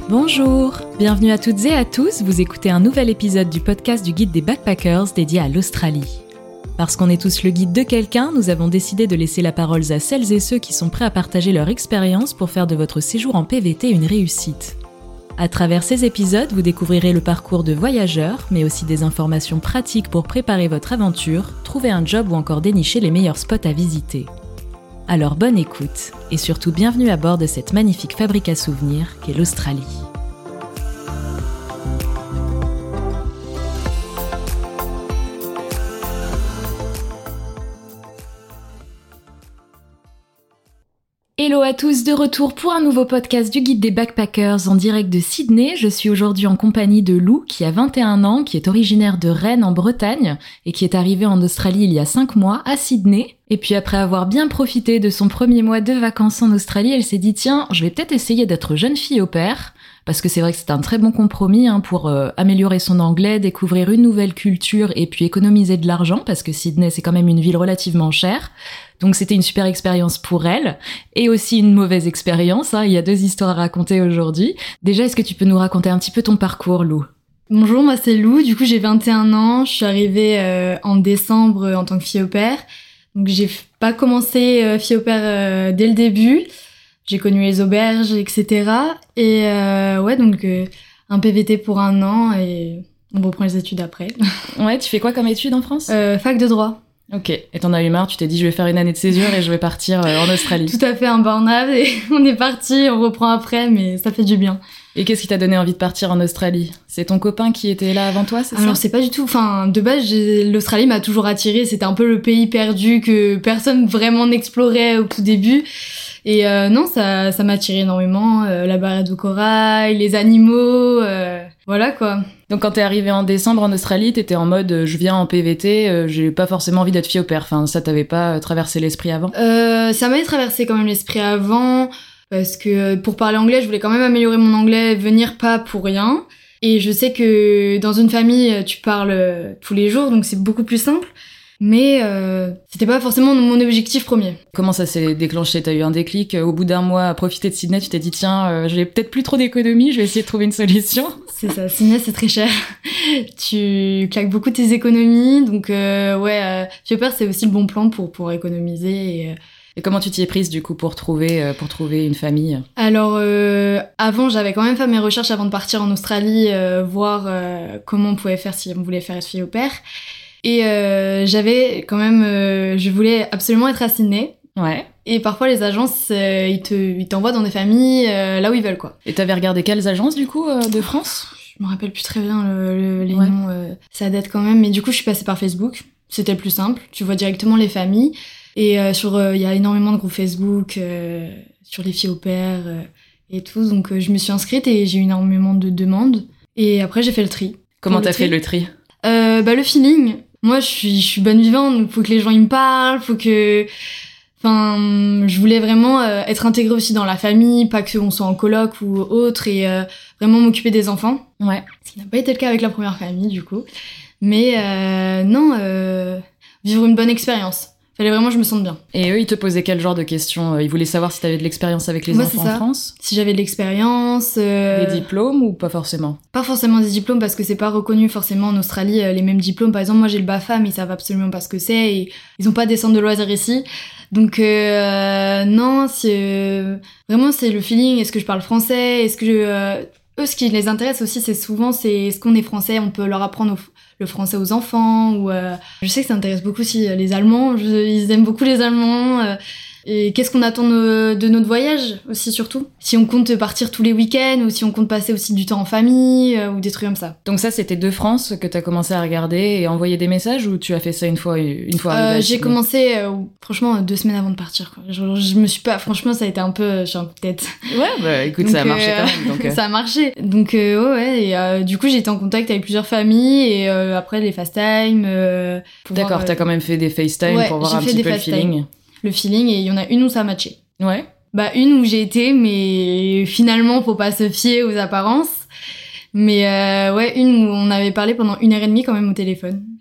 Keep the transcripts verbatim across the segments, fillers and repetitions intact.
Bonjour, bienvenue à toutes et à tous, vous écoutez un nouvel épisode du podcast du guide des backpackers dédié à l'Australie. Parce qu'on est tous le guide de quelqu'un, nous avons décidé de laisser la parole à celles et ceux qui sont prêts à partager leur expérience pour faire de votre séjour en P V T une réussite. À travers ces épisodes, vous découvrirez le parcours de voyageurs, mais aussi des informations pratiques pour préparer votre aventure, trouver un job ou encore dénicher les meilleurs spots à visiter. Alors bonne écoute, et surtout bienvenue à bord de cette magnifique fabrique à souvenirs qu'est l'Australie. Hello à tous, de retour pour un nouveau podcast du guide des backpackers en direct de Sydney. Je suis aujourd'hui en compagnie de Lou qui a vingt et un ans, qui est originaire de Rennes en Bretagne et qui est arrivée en Australie il y a cinq mois à Sydney. Et puis après avoir bien profité de son premier mois de vacances en Australie, elle s'est dit tiens, je vais peut-être essayer d'être jeune fille au pair. Parce que c'est vrai que c'est un très bon compromis hein, pour euh, améliorer son anglais, découvrir une nouvelle culture et puis économiser de l'argent parce que Sydney c'est quand même une ville relativement chère. Donc c'était une super expérience pour elle et aussi une mauvaise expérience. Hein. Il y a deux histoires à raconter aujourd'hui. Déjà, est-ce que tu peux nous raconter un petit peu ton parcours, Lou ? Bonjour, moi c'est Lou. Du coup, j'ai vingt et un ans. Je suis arrivée euh, en décembre euh, en tant que fille au pair. Donc j'ai pas commencé euh, fille au pair euh, dès le début. J'ai connu les auberges, et cetera. Et euh, ouais, donc euh, un P V T pour un an et on reprend les études après. Ouais, tu fais quoi comme études en France ? euh, Fac de droit. Ok, et t'en as eu marre, tu t'es dit je vais faire une année de césure et je vais partir euh, en Australie. Tout à fait, un burn-out et on est parti, on reprend après, mais ça fait du bien. Et qu'est-ce qui t'a donné envie de partir en Australie ? C'est ton copain qui était là avant toi, c'est ça ? Alors c'est pas du tout, enfin de base j'ai... l'Australie m'a toujours attirée, c'était un peu le pays perdu que personne vraiment n'explorait au tout début. Et euh, non, ça, ça m'a attiré énormément, euh, la barrière de corail, les animaux, euh, voilà quoi. Donc quand t'es arrivée en décembre en Australie, t'étais en mode euh, je viens en P V T, euh, j'ai pas forcément envie d'être fille au pair, enfin ça t'avait pas euh, traversé l'esprit avant ? euh, Ça m'avait traversé quand même l'esprit avant, parce que pour parler anglais, je voulais quand même améliorer mon anglais, venir pas pour rien. Et je sais que dans une famille, tu parles tous les jours, donc c'est beaucoup plus simple. Mais euh, c'était pas forcément mon objectif premier. Comment ça s'est déclenché ? T'as eu un déclic au bout d'un mois à profiter de Sydney, tu t'es dit tiens, euh, j'ai peut-être plus trop d'économies, je vais essayer de trouver une solution. C'est ça, Sydney c'est très cher. Tu claques beaucoup tes économies, donc euh, ouais, euh, j'ai peur c'est aussi le bon plan pour pour économiser. Et, euh... et comment tu t'y es prise du coup pour trouver euh, pour trouver une famille ? Alors euh, avant j'avais quand même fait mes recherches avant de partir en Australie, euh, voir euh, comment on pouvait faire si on voulait faire fille au pair. Et euh, j'avais quand même, euh, je voulais absolument être à Sydney. Ouais. Et parfois les agences, euh, ils te, ils t'envoient dans des familles euh, là où ils veulent quoi. Et t'avais regardé quelles agences du coup euh, de France ? Je me rappelle plus très bien le, le, les ouais. noms. Euh, ça date quand même, mais du coup je suis passée par Facebook. C'était le plus simple. Tu vois directement les familles. Et euh, sur, il euh, y a énormément de groupes Facebook euh, sur les filles au pair euh, et tout. Donc euh, je me suis inscrite et j'ai eu énormément de demandes. Et après j'ai fait le tri. Comment t'as fait le tri ? euh, Bah le feeling. Moi, je suis, je suis bonne vivante, donc faut que les gens ils me parlent, faut que, enfin, je voulais vraiment euh, être intégrée aussi dans la famille, pas que on soit en coloc ou autre, et euh, vraiment m'occuper des enfants. Ouais. Ce qui n'a pas été le cas avec la première famille, du coup. Mais euh, non, euh, vivre une bonne expérience. Fallait vraiment que je me sente bien. Et eux, ils te posaient quel genre de questions ? Ils voulaient savoir si t'avais de l'expérience avec les Moi, enfants en France ? Si j'avais de l'expérience. Euh... Des diplômes ou pas forcément ? Pas forcément des diplômes parce que c'est pas reconnu forcément en Australie euh, les mêmes diplômes. Par exemple, moi j'ai le BAFA mais ils savent absolument pas ce que c'est et ils ont pas des centres de loisirs ici. Donc euh, non, c'est euh, vraiment c'est le feeling. Est-ce que je parle français ? Est-ce que je, euh... eux ce qui les intéresse aussi c'est souvent c'est est-ce qu'on est français ? On peut leur apprendre au... le français aux enfants ou euh... je sais que ça intéresse beaucoup aussi les Allemands. Je... Ils aiment beaucoup les Allemands. Euh... Et qu'est-ce qu'on attend de, de notre voyage aussi surtout ? Si on compte partir tous les week-ends ou si on compte passer aussi du temps en famille euh, ou des trucs comme ça. Donc ça c'était de France que t'as commencé à regarder et envoyer des messages ou tu as fait ça une fois une fois arrivé euh, à J'ai Sydney ? Commencé euh, franchement deux semaines avant de partir quoi. Je, je me suis pas franchement ça a été un peu j'ai un coup de tête. Ouais bah écoute donc, ça a marché euh, quand même donc euh... ça a marché. Donc euh, ouais, ouais et euh, du coup j'ai été en contact avec plusieurs familles et euh, après les FaceTime euh, D'accord, voir, t'as euh... quand même fait des FaceTime ouais, pour voir un petit peu le feeling. Le feeling et il y en a une où ça a matché. Ouais. Bah une où j'ai été mais finalement faut pas se fier aux apparences. Mais euh, ouais, une où on avait parlé pendant une heure et demie quand même au téléphone.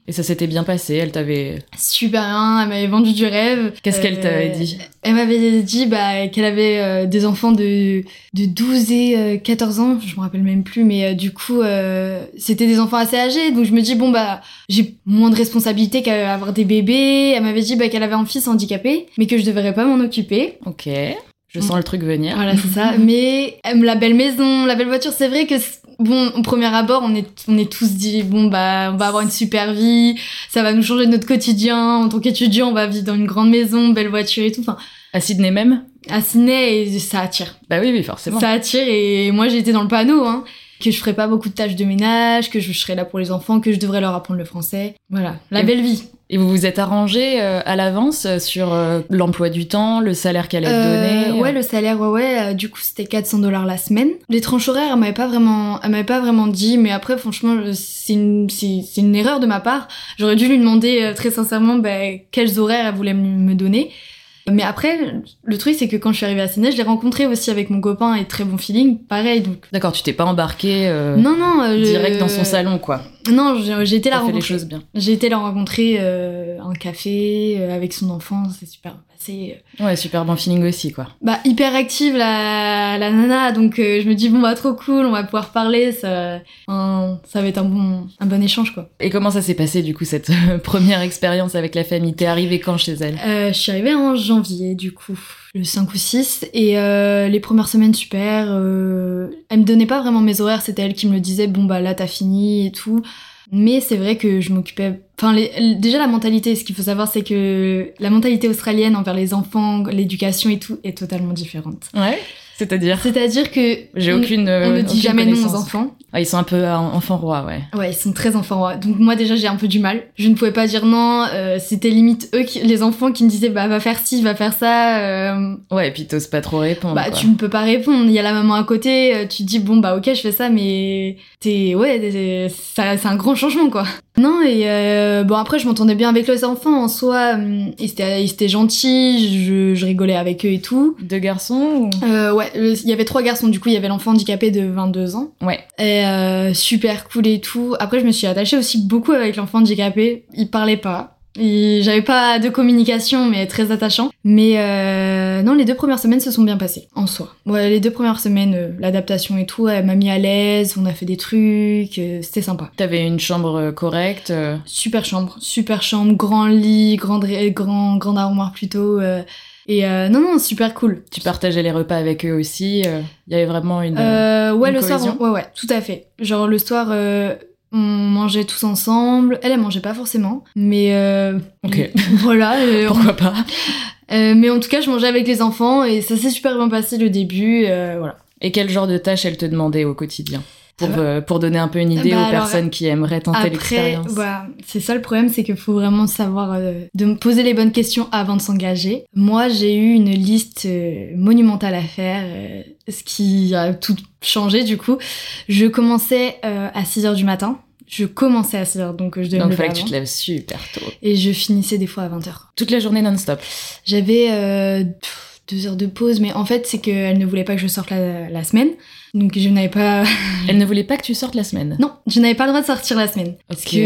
Et ça s'était bien passé, elle t'avait... Super bien, elle m'avait vendu du rêve. Qu'est-ce euh, qu'elle t'avait dit? Elle m'avait dit bah, qu'elle avait euh, des enfants de, de douze et euh, quatorze ans, je me rappelle même plus, mais euh, du coup, euh, c'était des enfants assez âgés, donc je me dis, bon, bah, j'ai moins de responsabilités qu'à avoir des bébés. Elle m'avait dit bah, qu'elle avait un fils handicapé, mais que je devrais pas m'en occuper. Ok, je sens le truc venir. Voilà, c'est ça. Mais euh, la belle maison, la belle voiture, c'est vrai que... Bon, au premier abord, on est, on est tous dit, bon, bah, on va avoir une super vie, ça va nous changer notre quotidien, en tant qu'étudiant, on va vivre dans une grande maison, belle voiture et tout, enfin. À Sydney même? À Sydney, et ça attire. Bah oui, oui, forcément. Ça attire, et moi, j'étais dans le panneau, hein. Que je ferais pas beaucoup de tâches de ménage, que je serais là pour les enfants, que je devrais leur apprendre le français. Voilà, la et belle vie. Et vous vous êtes arrangé euh, à l'avance sur euh, l'emploi du temps, le salaire qu'elle allait euh, te donner? Ouais, le salaire, ouais, ouais. Euh, du coup, c'était quatre cents dollars la semaine. Les tranches horaires, elle m'avait pas vraiment, elle m'avait pas vraiment dit, mais après, franchement, c'est une, c'est, c'est une erreur de ma part. J'aurais dû lui demander euh, très sincèrement, bah, quels horaires elle voulait me donner. Mais après, le truc, c'est que quand je suis arrivée à Sydney, je l'ai rencontré aussi avec mon copain et très bon feeling, pareil. Donc... D'accord, tu t'es pas embarquée euh, non, non, euh, direct je... dans son salon, quoi. Non, j'ai, j'ai été la rencontrer. Fait les choses bien. J'ai été la rencontrer euh, en café euh, avec son enfant, c'est super passé. Ouais, super bon feeling aussi, quoi. Bah, hyper active la, la nana, donc euh, je me dis bon bah trop cool, on va pouvoir parler, ça, un, ça va être un bon, un bon échange, quoi. Et comment ça s'est passé du coup cette première expérience avec la famille? T'es arrivée quand chez elle? euh, Je suis arrivée en janvier, du coup. Le cinq ou six, et euh, les premières semaines super, euh, elle me donnait pas vraiment mes horaires, c'était elle qui me le disait, bon bah là t'as fini et tout, mais c'est vrai que je m'occupais, enfin les... déjà la mentalité, ce qu'il faut savoir c'est que la mentalité australienne envers les enfants, l'éducation et tout est totalement différente. Ouais. C'est-à-dire C'est-à-dire que j'ai on, aucune on ne dit jamais non aux enfants. Ah, ils sont un peu enfants rois, ouais. Ouais, ils sont très enfants rois. Donc moi déjà j'ai un peu du mal. Je ne pouvais pas dire non. Euh, c'était limite eux, qui, les enfants, qui me disaient bah va faire ci, va faire ça. Euh... Ouais, et puis t'oses pas trop répondre. Bah quoi. Tu ne peux pas répondre. Il y a la maman à côté. Tu te dis bon bah ok je fais ça, mais t'es ouais t'es... Ça, c'est un grand changement quoi. Non et euh, bon après je m'entendais bien avec les enfants en soi. Ils étaient, ils étaient gentils. Je, je rigolais avec eux et tout. Deux garçons ou... euh, Ouais, il y avait trois garçons. Du coup il y avait l'enfant handicapé de vingt-deux ans. Ouais. Et euh, super cool et tout. Après, je me suis attachée aussi beaucoup avec l'enfant handicapé. Il parlait pas. Et j'avais pas de communication, mais très attachant. Mais euh, non, les deux premières semaines se sont bien passées, en soi. Ouais, les deux premières semaines, euh, l'adaptation et tout, elle m'a mis à l'aise, on a fait des trucs, euh, c'était sympa. T'avais une chambre correcte euh... Super chambre, super chambre, grand lit, grande, grand, grande armoire plutôt... Euh, Et euh, non, non, super cool. Tu partageais les repas avec eux aussi. Il euh, y avait vraiment une euh, Ouais, une le cohésion. soir, on, ouais, ouais, tout à fait. Genre le soir, euh, on mangeait tous ensemble. Elle, elle mangeait pas forcément, mais euh, ok. Voilà. Euh, Pourquoi pas. Euh, mais en tout cas, je mangeais avec les enfants et ça s'est super bien passé le début. Euh, voilà. Et quel genre de tâches elle te demandait au quotidien? Pour, euh, pour donner un peu une idée bah aux alors, personnes qui aimeraient tenter après, l'expérience. Bah, c'est ça le problème, c'est qu'il faut vraiment savoir euh, de me poser les bonnes questions avant de s'engager. Moi, j'ai eu une liste euh, monumentale à faire, euh, ce qui a tout changé du coup. Je commençais euh, à six heures du matin. Je commençais à six heures, donc je devais donc me il fallait lever que avant. tu te lèves super tôt. Et je finissais des fois à vingt heures. Toute la journée non-stop. J'avais euh, deux heures de pause, mais en fait, c'est qu'elle ne voulait pas que je sorte la, la semaine. Donc je n'avais pas... Elle ne voulait pas que tu sortes la semaine? Non, je n'avais pas le droit de sortir la semaine. Okay. Parce que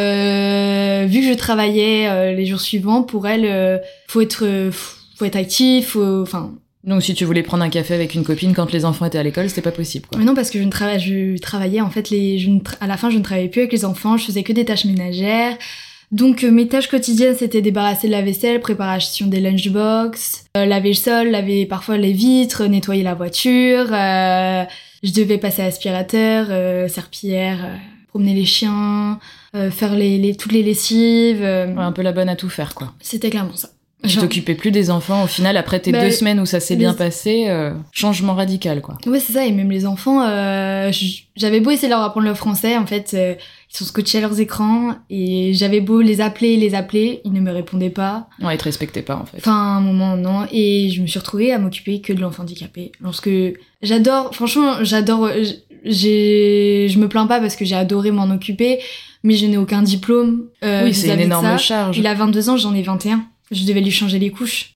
euh, vu que je travaillais euh, les jours suivants, pour elle, euh, faut être, euh, faut être actif, faut... Enfin... Donc si tu voulais prendre un café avec une copine quand les enfants étaient à l'école, c'était pas possible, quoi. Mais non, parce que je, ne trava... je travaillais, en fait, les... je ne tra... à la fin, je ne travaillais plus avec les enfants, je faisais que des tâches ménagères. Donc euh, mes tâches quotidiennes, c'était débarrasser de la vaisselle, préparation des lunchbox, euh, laver le sol, laver parfois les vitres, nettoyer la voiture, euh, je devais passer aspirateur, euh, serpillière, euh, promener les chiens, euh, faire les, les, toutes les lessives. Euh... Ouais, un peu la bonne à tout faire, quoi. C'était clairement ça. Tu Genre... t'occupais plus des enfants, au final, après tes bah, deux semaines où ça s'est les... bien passé, euh, changement radical, quoi. Ouais, c'est ça, et même les enfants, euh, j'avais beau essayer de leur apprendre le français, en fait, euh, ils sont scotchés à leurs écrans, et j'avais beau les appeler, les appeler, ils ne me répondaient pas. Ouais, ils te respectaient pas, en fait. Enfin, à un moment, non, et je me suis retrouvée à m'occuper que de l'enfant handicapé. Lorsque j'adore, franchement, j'adore, j'ai, je me plains pas parce que j'ai adoré m'en occuper, mais je n'ai aucun diplôme. Euh, oui, c'est une énorme charge. Il a vingt-deux ans, j'en ai vingt et un. Je devais lui changer les couches.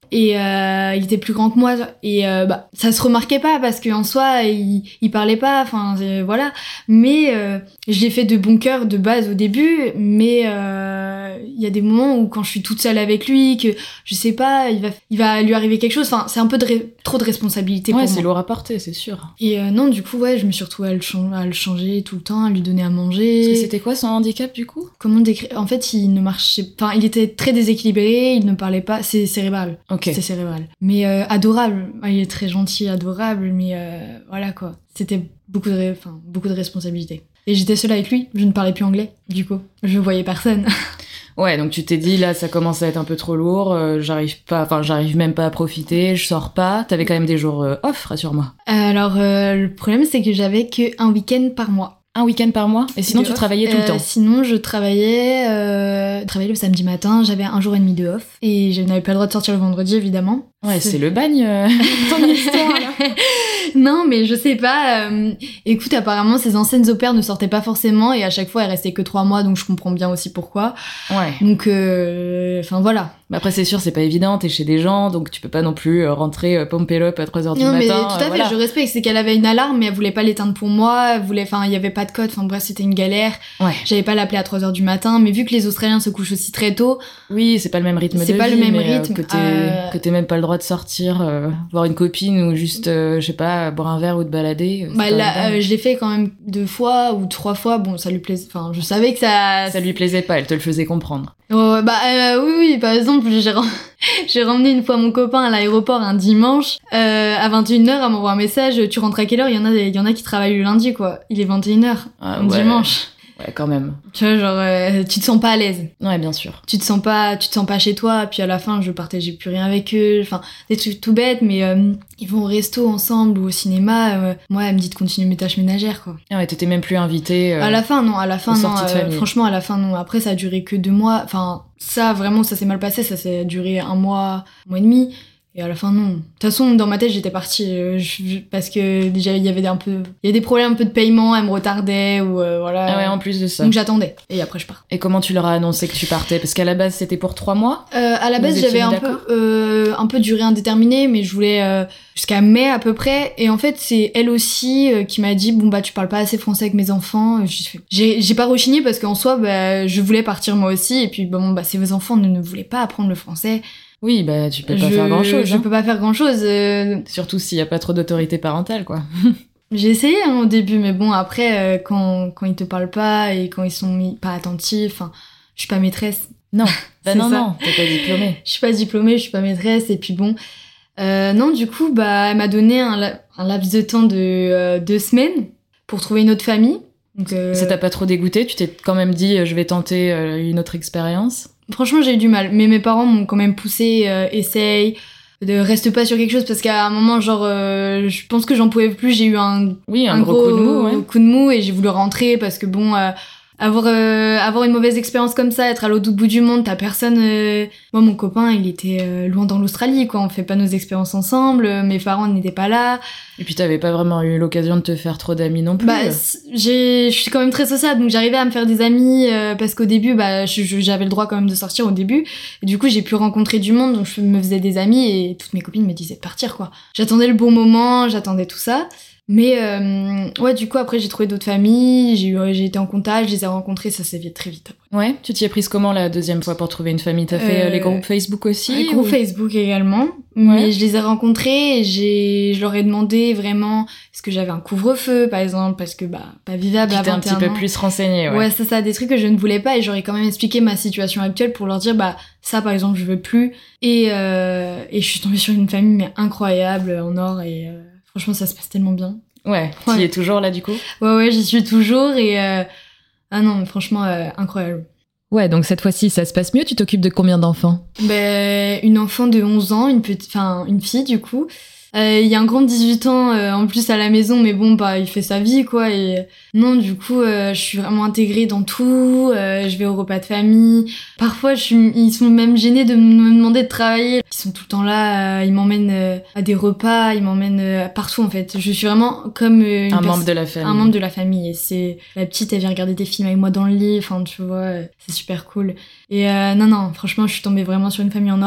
et euh, il était plus grand que moi et euh, bah ça se remarquait pas parce qu'en soi il, il parlait pas, enfin euh, voilà. Mais euh, je l'ai fait de bon cœur de base au début, mais il euh, y a des moments où quand je suis toute seule avec lui, que je sais pas, il va, il va lui arriver quelque chose. Enfin, c'est un peu de ré- trop de responsabilité ouais, pour moi. Ouais, c'est lourd à porter, c'est sûr. Et euh, non, du coup, ouais, je me suis retrouvée à le, ch- à le changer tout le temps, à lui donner à manger. Parce que c'était quoi son handicap du coup ? Comment décrire ? En fait, il ne marchait, enfin, il était très déséquilibré, il ne parlait pas. C'est cérébral. Ok. C'est cérébral. Mais euh, adorable. Il est très gentil, adorable, mais euh, voilà quoi. C'était beaucoup de, ré- enfin, beaucoup de responsabilités. Et j'étais seule avec lui. Je ne parlais plus anglais, du coup. Je voyais personne. Ouais, donc tu t'es dit, là, ça commence à être un peu trop lourd, euh, j'arrive pas, enfin, j'arrive même pas à profiter, je sors pas. T'avais quand même des jours euh, off, rassure-moi. Alors, euh, le problème, c'est que j'avais qu'un week-end par mois. Un week-end par mois ? Et sinon, De tu off. travaillais tout Euh, le temps ? Sinon, je travaillais, euh, travaillais le samedi matin, j'avais un jour et demi de off. Et je n'avais pas le droit de sortir le vendredi, évidemment. Ouais, c'est le bagne, euh, ton histoire, là. Non, mais je sais pas. euh, écoute, apparemment, ces anciennes au pair ne sortaient pas forcément et à chaque fois, elles restaient que trois mois, donc je comprends bien aussi pourquoi. Ouais. Donc, euh, enfin voilà. Bah après, c'est sûr, c'est pas évident, t'es chez des gens, donc tu peux pas non plus euh, rentrer euh, pump it up à trois heures du Non, mais matin. tout à fait, euh, voilà. je respecte. C'est qu'elle avait une alarme, mais elle voulait pas l'éteindre pour moi. Elle voulait, enfin, il y avait pas de code. Enfin bref, c'était une galère. Ouais. J'avais pas l'appeler à trois heures du matin, mais vu que les Australiens se couchent aussi très tôt, Oui, c'est pas le même rythme de C'est vie. pas le même mais, euh, rythme, que t'aies euh, que t'aies même pas le droit de sortir, euh, voir une copine ou juste, euh, je sais pas, boire un verre ou te balader. euh, c'est bah quand là, même dingue. euh, je l'ai fait quand même deux fois ou trois fois. Bon, ça lui plaisait. Enfin, je savais que ça. Ça lui plaisait pas, elle te le faisait comprendre. Ouais, ouais, bah euh, oui, oui. Par exemple, j'ai ren- j'ai ramené une fois mon copain à l'aéroport un dimanche euh, à vingt et une heures. Elle m'envoie un message. Tu rentres à quelle heure ? Il y en a, il y en a qui travaillent le lundi, quoi. Il est vingt et une heures, Ah, un ouais. dimanche. Ouais, quand même. Tu vois, genre, euh, tu te sens pas à l'aise. Ouais, bien sûr. Tu te sens pas, tu te sens pas chez toi. Puis à la fin, je partageais plus rien avec eux. Enfin, des trucs tout bêtes, mais euh, ils vont au resto ensemble ou au cinéma. Euh, moi, elle me dit de continuer mes tâches ménagères, quoi. Ah ouais, t'étais même plus invitée. euh, À la fin, non. À la fin, aux non. sorties de euh, famille. franchement, à la fin, non. Après, ça a duré que deux mois. Enfin, ça, vraiment, ça s'est mal passé. Ça s'est duré un mois, un mois et demi. Et à la fin, non. De toute façon, dans ma tête, j'étais partie euh, je- parce que déjà, il y avait des, un peu, il y avait des problèmes un peu de paiement. Elle me retardait ou euh, voilà. Ah ouais, en plus de ça. Donc j'attendais. Et après, je pars. Et comment tu leur as annoncé que tu partais ? Parce qu'à la base, c'était pour trois mois. Euh, à la Vous base, étiez j'avais mis un peu, d'accord euh, un peu durée indéterminée, mais je voulais euh, jusqu'à mai à peu près. Et en fait, c'est elle aussi euh, qui m'a dit bon bah tu parles pas assez français avec mes enfants. J'ai fait- J'ai j'ai pas rechigné parce qu'en soi, bah, je voulais partir moi aussi. Et puis bon bah ces enfants ne, ne voulaient pas apprendre le français. Oui, bah tu peux pas je, faire grand-chose. Je hein. peux pas faire grand chose. Surtout s'il y a pas trop d'autorité parentale, quoi. J'ai essayé hein, au début, mais bon après euh, quand quand ils te parlent pas et quand ils sont mis- pas attentifs, enfin, je suis pas maîtresse. Non, bah C'est non, ça. non, t'es pas diplômée. Je suis pas diplômée, je suis pas maîtresse, et puis bon. Euh, non, du coup, bah, elle m'a donné un, la- un laps de temps de euh, deux semaines pour trouver une autre famille. Donc, euh, Ça t'a pas trop dégoûté ? Tu t'es quand même dit, euh, je vais tenter euh, une autre expérience ? franchement, j'ai eu du mal. Mais mes parents m'ont quand même poussé, euh, essaye, de reste pas sur quelque chose, parce qu'à un moment, genre, euh, je pense que j'en pouvais plus. J'ai eu un, Oui, un, gros, coup de mou, ouais. coup de mou et j'ai voulu rentrer parce que bon. Euh, Avoir, euh, avoir une mauvaise expérience comme ça, être à l'autre bout du monde, t'as personne... euh, Moi, mon copain, il était euh, loin dans l'Australie, quoi. On fait pas nos expériences ensemble, euh, mes parents n'étaient pas là. Et puis t'avais pas vraiment eu l'occasion de te faire trop d'amis non plus. Bah, c- j'ai, je suis quand même très sociable, donc j'arrivais à me faire des amis, euh, parce qu'au début, bah, je- je- j'avais le droit quand même de sortir au début. Et du coup, j'ai pu rencontrer du monde, donc je me faisais des amis, et toutes mes copines me disaient de partir, quoi. J'attendais le bon moment, j'attendais tout ça. Mais euh, ouais, du coup, après, j'ai trouvé d'autres familles, j'ai, eu, j'ai été en contact, je les ai rencontrées, ça s'est vite, très vite. Ouais, tu t'y es prise comment la deuxième fois pour trouver une famille ? T'as fait euh, Euh, les groupes Facebook aussi Les groupes ou- Facebook également, mais je les ai rencontrés et j'ai, je leur ai demandé vraiment est-ce que j'avais un couvre-feu, par exemple, parce que bah pas vivable Tu à t'es un vingt et un petit peu ans. plus renseignée, ouais. Ouais, c'est ça, des trucs que je ne voulais pas et j'aurais quand même expliqué ma situation actuelle pour leur dire bah ça par exemple je veux plus et euh, et je suis tombée sur une famille mais incroyable en or et euh, franchement ça se passe tellement bien. Ouais, tu Ouais. y es toujours là du coup ? Ouais ouais, j'y suis toujours et euh, ah non mais franchement euh, incroyable. Ouais, donc cette fois-ci ça se passe mieux, tu t'occupes de combien d'enfants ? Ben, une enfant de onze ans, une petite, enfin, une fille, du coup. Euh, Il y a un grand de dix-huit ans, euh, en plus, à la maison, mais bon, bah, il fait sa vie, quoi, et non, du coup, euh, je suis vraiment intégrée dans tout, euh, je vais au repas de famille. Parfois, je suis, ils sont même gênés de me demander de travailler. Ils sont tout le temps là, euh, ils m'emmènent euh, à des repas, ils m'emmènent euh, partout, en fait. Je suis vraiment comme euh, une Un perso- membre de la famille. un membre de la famille et c'est la petite elle vient regarder des films avec moi dans le lit enfin tu vois euh, c'est super cool et euh, non non franchement je suis tombée vraiment sur une famille en or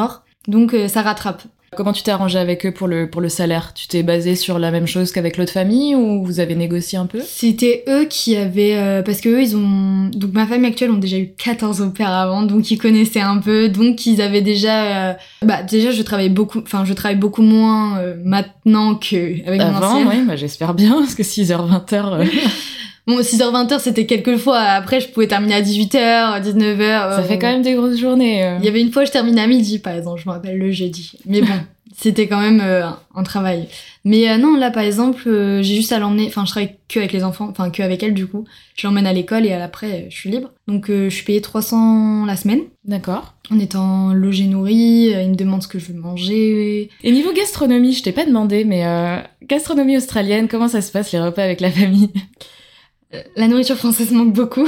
Donc euh, ça rattrape. Comment tu t'es arrangé avec eux pour le, pour le salaire ? Tu t'es basé sur la même chose qu'avec l'autre famille ou vous avez négocié un peu ? C'était eux qui avaient... Euh, parce que eux, ils ont... Donc ma famille actuelle ont déjà eu quatorze au pair avant, donc ils connaissaient un peu, donc ils avaient déjà... Euh... Bah déjà, je travaille beaucoup... Enfin, je travaille beaucoup moins euh, maintenant qu'avec mon Avant, ancienne. oui, bah, j'espère bien, parce que six heures vingt heures... Euh... Bon, six heures vingt c'était quelques fois. Après, je pouvais terminer à dix-huit heures, dix-neuf heures. Ça euh, fait quand même des grosses journées. Euh... Il y avait une fois, je terminais à midi, par exemple, je me rappelle, le jeudi. Mais bon, c'était quand même euh, un travail. Mais euh, non, là, par exemple, euh, j'ai juste à l'emmener... Enfin, je travaille que avec les enfants, enfin, que avec elle, du coup. Je l'emmène à l'école et après, je suis libre. Donc, euh, je suis payée trois cents la semaine. D'accord. En étant logée, nourrie, euh, il me demande ce que je veux manger. Et niveau gastronomie, je t'ai pas demandé, mais euh, gastronomie australienne, comment ça se passe, les repas avec la famille ? La nourriture française manque beaucoup.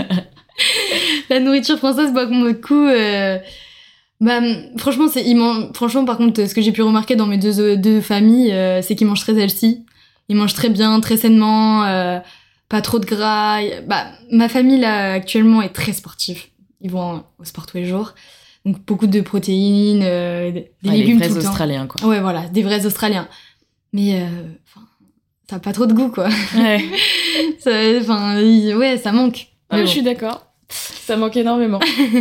La nourriture française manque beaucoup. Euh... Bah, franchement, c'est immense. Franchement, par contre, ce que j'ai pu remarquer dans mes deux, deux familles, euh, c'est qu'ils mangent très healthy. Ils mangent très bien, très sainement, euh, pas trop de gras. Bah, ma famille, là, actuellement, est très sportive. Ils vont au sport tous les jours. Donc, beaucoup de protéines, euh, des ah, légumes tout le temps. Des vrais Australiens, quoi. Ouais, voilà, des vrais Australiens. Mais, euh, ça a pas trop de goût, quoi. Ouais. Enfin, ouais, ça manque. Ah, bon. Je suis d'accord. Ça manque énormément.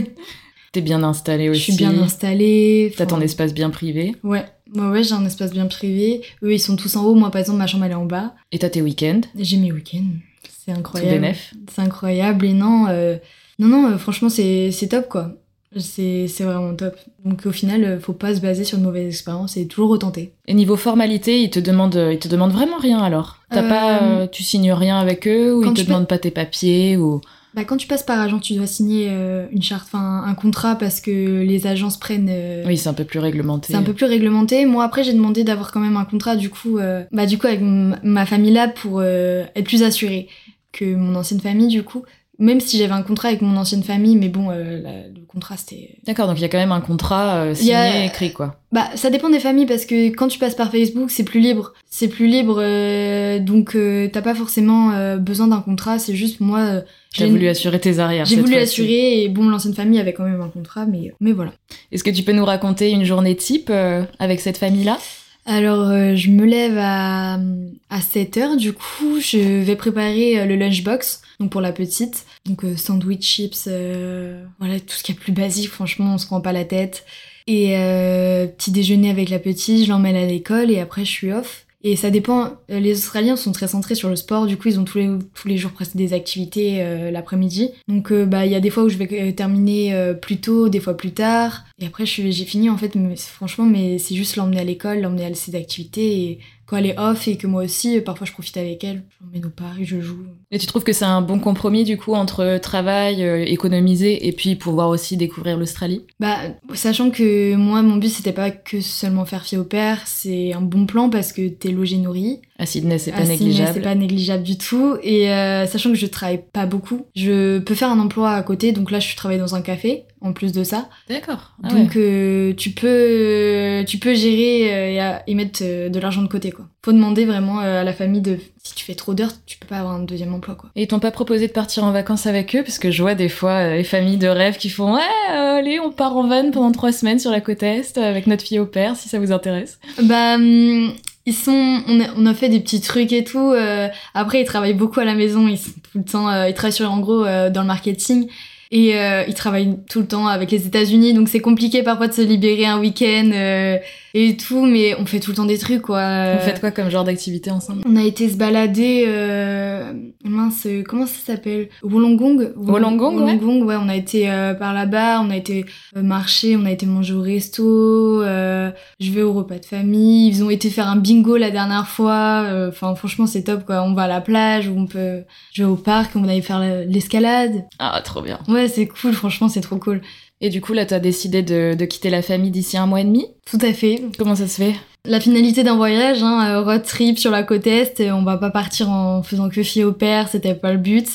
T'es bien installée aussi. Je suis bien installée. T'as ton espace bien privé. Ouais. Ouais, ouais, j'ai un espace bien privé. Eux, ils sont tous en haut. Moi, par exemple, ma chambre, elle est en bas. Et t'as tes week-ends. J'ai mes week-ends. C'est incroyable. Tout bénef. C'est incroyable. Et non, euh... non, non, euh, franchement, c'est, c'est top, quoi. C'est, c'est vraiment top. Donc au final, faut pas se baser sur une mauvaise expérience et toujours retenter. Et niveau formalité, ils te demandent, ils te demandent vraiment rien alors. T'as euh... pas, euh, tu signes rien avec eux ou ils te demandent peux... pas tes papiers ou. Bah quand tu passes par agent, tu dois signer euh, une charte, enfin un contrat parce que les agences prennent. Euh... Oui, c'est un peu plus réglementé. C'est un peu plus réglementé. Moi après, j'ai demandé d'avoir quand même un contrat du coup, euh... bah du coup avec m- ma famille là pour euh, être plus assurée que mon ancienne famille du coup. Même si j'avais un contrat avec mon ancienne famille, mais bon, euh, la, le contrat, c'était... D'accord, donc il y a quand même un contrat euh, signé, a... écrit, quoi. Bah, ça dépend des familles, parce que quand tu passes par Facebook, c'est plus libre. C'est plus libre, euh, donc euh, t'as pas forcément euh, besoin d'un contrat, c'est juste moi... Euh, j'ai voulu assurer tes arrières. J'ai voulu fois-ci. assurer, et bon, l'ancienne famille avait quand même un contrat, mais, mais voilà. Est-ce que tu peux nous raconter une journée type euh, avec cette famille-là ? Alors, euh, je me lève à, à sept heures, du coup, je vais préparer euh, le lunchbox, donc pour la petite. Donc, euh, sandwich, chips, euh, voilà, tout ce qui est plus basique, franchement, on se prend pas la tête. Et euh, petit déjeuner avec la petite, je l'emmène à l'école et après, je suis off. Et ça dépend, les Australiens sont très centrés sur le sport, du coup ils ont tous les, tous les jours presque des activités euh, l'après-midi. Donc euh, bah il y a des fois où je vais terminer euh, plus tôt, des fois plus tard. Et après je suis, j'ai fini en fait, mais, franchement, mais c'est juste l'emmener à l'école, l'emmener à ses activités. Et quand elle est off et que moi aussi, parfois je profite avec elle, je l'emmène au parc, je joue. Et tu trouves que c'est un bon compromis du coup entre travail, euh, économiser et puis pouvoir aussi découvrir l'Australie ? Bah sachant que moi mon but c'était pas que seulement faire fille au père, c'est un bon plan parce que t'es logé nourri. À Sydney, c'est pas à négligeable. Sydney, c'est pas négligeable du tout. Et euh, sachant que je travaille pas beaucoup, je peux faire un emploi à côté. Donc là, je travaille dans un café, en plus de ça. D'accord. Ah donc ouais. euh, tu peux, tu peux gérer euh, et, à, et mettre euh, de l'argent de côté, quoi. Faut demander vraiment euh, à la famille de, si tu fais trop d'heures, tu peux pas avoir un deuxième emploi, quoi. Et ils t'ont pas proposé de partir en vacances avec eux, parce que je vois des fois euh, les familles de rêve qui font ouais, euh, allez, on part en van pendant trois semaines sur la côte est avec notre fille au père, si ça vous intéresse. Bah hum... Ils sont, on a, on a fait des petits trucs et tout. Euh, après, ils travaillent beaucoup à la maison. Ils sont tout le temps, euh, ils travaillent sur, en gros, euh, dans le marketing. Et euh, ils travaillent tout le temps avec les États-Unis, donc c'est compliqué parfois de se libérer un week-end euh, et tout. Mais on fait tout le temps des trucs, quoi. Vous faites quoi comme genre d'activité ensemble ? On a été se balader. Euh, mince, comment ça s'appelle ? Wollongong. Wollongong, ouais. Wollongong, ouais. On a été euh, par là-bas. On a été euh, marcher. On a été manger au resto. Euh, je vais au repas de famille. Ils ont été faire un bingo la dernière fois. Enfin, euh, franchement, c'est top, quoi. On va à la plage où on peut. Je vais au parc. On allait faire l'escalade. Ah, trop bien. Ouais, c'est cool, franchement, c'est trop cool. Et du coup, là, t'as décidé de, de quitter la famille d'ici un mois et demi ? Tout à fait. Comment ça se fait ? La finalité d'un voyage, hein, road trip sur la côte Est, on va pas partir en faisant que fille au père, c'était pas le but.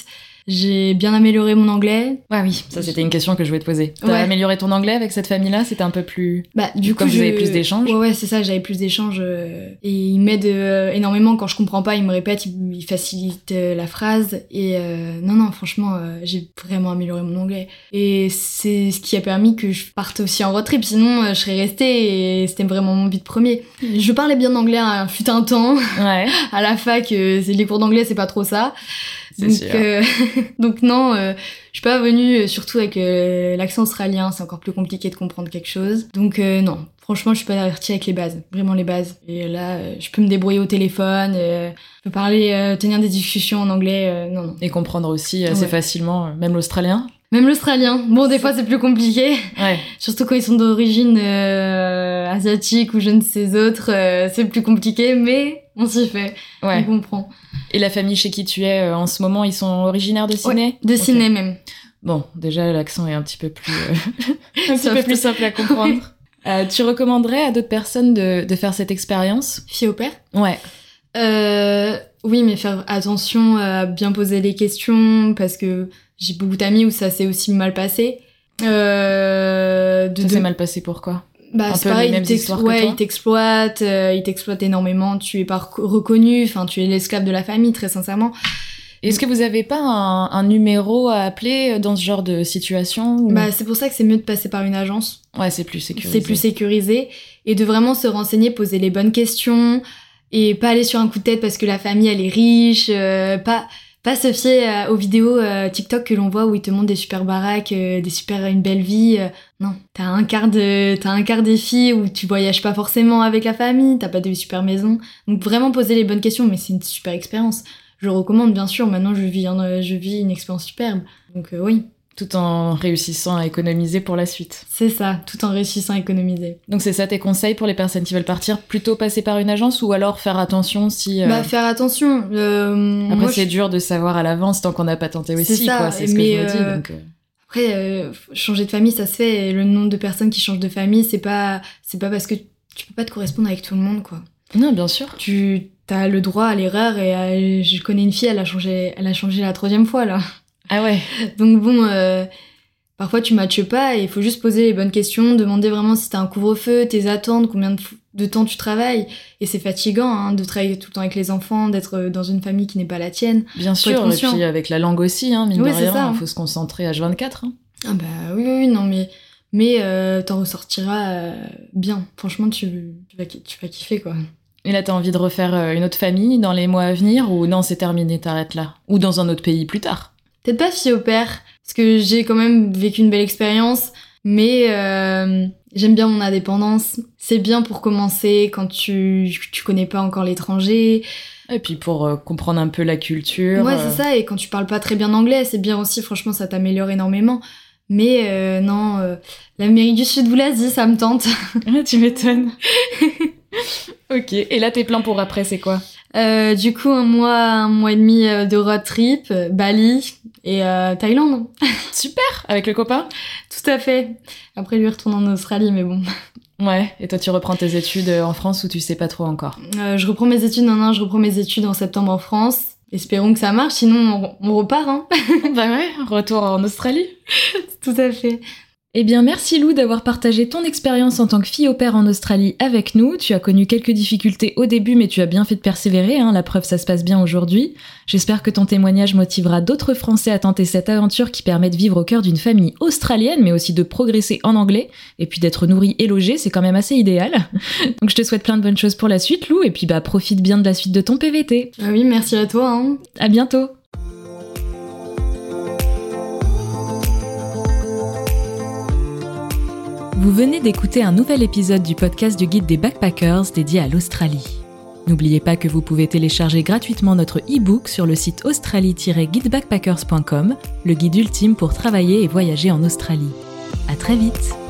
J'ai bien amélioré mon anglais. Ouais, oui, ça c'était une question que je voulais te poser. T'as Ouais. amélioré ton anglais avec cette famille-là? C'était un peu plus... Bah, du Comme coup, vous je... avez plus d'échanges? Ouais, ouais, c'est ça, j'avais plus d'échanges. euh, Et il m'aide euh, énormément quand je comprends pas, il me répète, il, il facilite euh, la phrase. Et euh, non, non, franchement, euh, j'ai vraiment amélioré mon anglais. Et c'est ce qui a permis que je parte aussi en road trip, sinon euh, je serais restée et c'était vraiment mon but premier. Je parlais bien anglais, hein, fut un temps. Ouais. À la fac, euh, c'est- les cours d'anglais, c'est pas trop ça. C'est Donc, sûr. euh, donc non, euh, je suis pas venue, euh, surtout avec euh, l'accent australien, c'est encore plus compliqué de comprendre quelque chose. Donc euh, non, franchement, je suis pas partie avec les bases, vraiment les bases. Et là, euh, je peux me débrouiller au téléphone, euh, je peux parler, euh, tenir des discussions en anglais, euh, non, non. Et comprendre aussi assez Ouais. facilement, euh, même l'australien. Même l'australien, bon, des fois c'est plus compliqué, Ouais. surtout quand ils sont d'origine euh, asiatique ou je ne sais autre, euh, c'est plus compliqué, mais on s'y fait, on Ouais. comprend. Et la famille chez qui tu es euh, en ce moment, ils sont originaires de Sydney? Ouais, de Ok. Sydney même. Bon, déjà l'accent est un petit peu plus, euh, un petit Soft. peu plus simple à comprendre. Euh, tu recommanderais à d'autres personnes de, de faire cette expérience? Fille au père. Ouais. Euh, oui, mais faire attention à bien poser les questions parce que j'ai beaucoup d'amis où ça s'est aussi mal passé. Euh, de, Ça de- s'est mal passé pourquoi? Bah, un c'est peu pareil, les mêmes ils t'ex- histoires que ouais, toi ils t'exploitent, euh, ils t'exploitent énormément. Tu es pas rec- reconnu, enfin, tu es l'esclave de la famille, très sincèrement. Est-ce que vous avez pas un, un numéro à appeler dans ce genre de situation ou... Bah, c'est pour ça que c'est mieux de passer par une agence. Ouais, c'est plus sécurisé. C'est plus sécurisé et de vraiment se renseigner, poser les bonnes questions et pas aller sur un coup de tête parce que la famille elle est riche, euh, pas pas se fier euh, aux vidéos euh, TikTok que l'on voit où ils te montrent des super baraques, euh, des super une belle vie. euh, non, t'as un quart de t'as un quart des filles où tu voyages pas forcément avec la famille, t'as pas de super maison. Donc vraiment poser les bonnes questions, mais c'est une super expérience. Je le recommande bien sûr. Maintenant je vis un, je vis une expérience superbe. Donc euh, oui. Tout en réussissant à économiser pour la suite. C'est ça, tout en réussissant à économiser. Donc c'est ça tes conseils pour les personnes qui veulent partir? Plutôt passer par une agence ou alors faire attention si... euh, Bah faire attention. Euh, Après moi, c'est je- dur de savoir à l'avance tant qu'on n'a pas tenté C'est aussi, ça, quoi. C'est ce mais, que je me dis. euh, Donc, euh, Après, euh, changer de famille, ça se fait. Et le nombre de personnes qui changent de famille, c'est pas, c'est pas parce que tu peux pas te correspondre avec tout le monde, quoi. Non, bien sûr. Tu as le droit à l'erreur et à- je connais une fille, elle a changé, elle a changé la troisième fois là. Ah ouais. Donc bon, euh, parfois tu matches pas et il faut juste poser les bonnes questions, demander vraiment si t'as un couvre-feu, tes attentes, combien de, f- de temps tu travailles. Et c'est fatigant hein, de travailler tout le temps avec les enfants, d'être dans une famille qui n'est pas la tienne. Bien Faut être sûr. Et conscient. puis avec la langue aussi, hein, mine Oui, de c'est rien, ça, hein. il faut se concentrer H vingt-quatre. Hein. Ah bah oui, oui, oui, non, mais, mais euh, t'en ressortiras euh, bien. Franchement, tu, tu, vas, ki- tu vas kiffer, quoi. Et là, t'as envie de refaire euh, une autre famille dans les mois à venir ou non, c'est terminé, t'arrêtes là? Ou dans un autre pays plus tard? Peut-être pas fille au père, parce que j'ai quand même vécu une belle expérience, mais euh, j'aime bien mon indépendance. C'est bien pour commencer quand tu, tu connais pas encore l'étranger. Et puis pour euh, comprendre un peu la culture. Ouais, euh, c'est ça, et quand tu parles pas très bien anglais, c'est bien aussi, franchement, ça t'améliore énormément. Mais euh, non, euh, l'Amérique du Sud ou l'Asie, ça me tente. Ah, tu m'étonnes. Ok. Et là, tes plans pour après, c'est quoi? Euh, du coup, un mois, un mois et demi euh, de road trip, euh, Bali et euh, Thaïlande. Super. Avec le copain? Tout à fait. Après, lui retourne en Australie, mais bon. Ouais. Et toi, tu reprends tes études euh, en France ou tu sais pas trop encore? Euh, je reprends mes études, non, non, je reprends mes études en septembre en France. Espérons que ça marche, sinon on, on repart, hein. Bah ouais. Retour en Australie. Tout à fait. Eh bien, merci Lou d'avoir partagé ton expérience en tant que fille au père en Australie avec nous. Tu as connu quelques difficultés au début, mais tu as bien fait de persévérer, hein. La preuve, ça se passe bien aujourd'hui. J'espère que ton témoignage motivera d'autres Français à tenter cette aventure qui permet de vivre au cœur d'une famille australienne, mais aussi de progresser en anglais, et puis d'être nourri et logé, c'est quand même assez idéal. Donc je te souhaite plein de bonnes choses pour la suite, Lou, et puis bah profite bien de la suite de ton P V T. Ah oui, merci à toi, hein. À bientôt. Vous venez d'écouter un nouvel épisode du podcast du Guide des Backpackers dédié à l'Australie. N'oubliez pas que vous pouvez télécharger gratuitement notre e-book sur le site australie tiret guide backpackers point com, le guide ultime pour travailler et voyager en Australie. À très vite!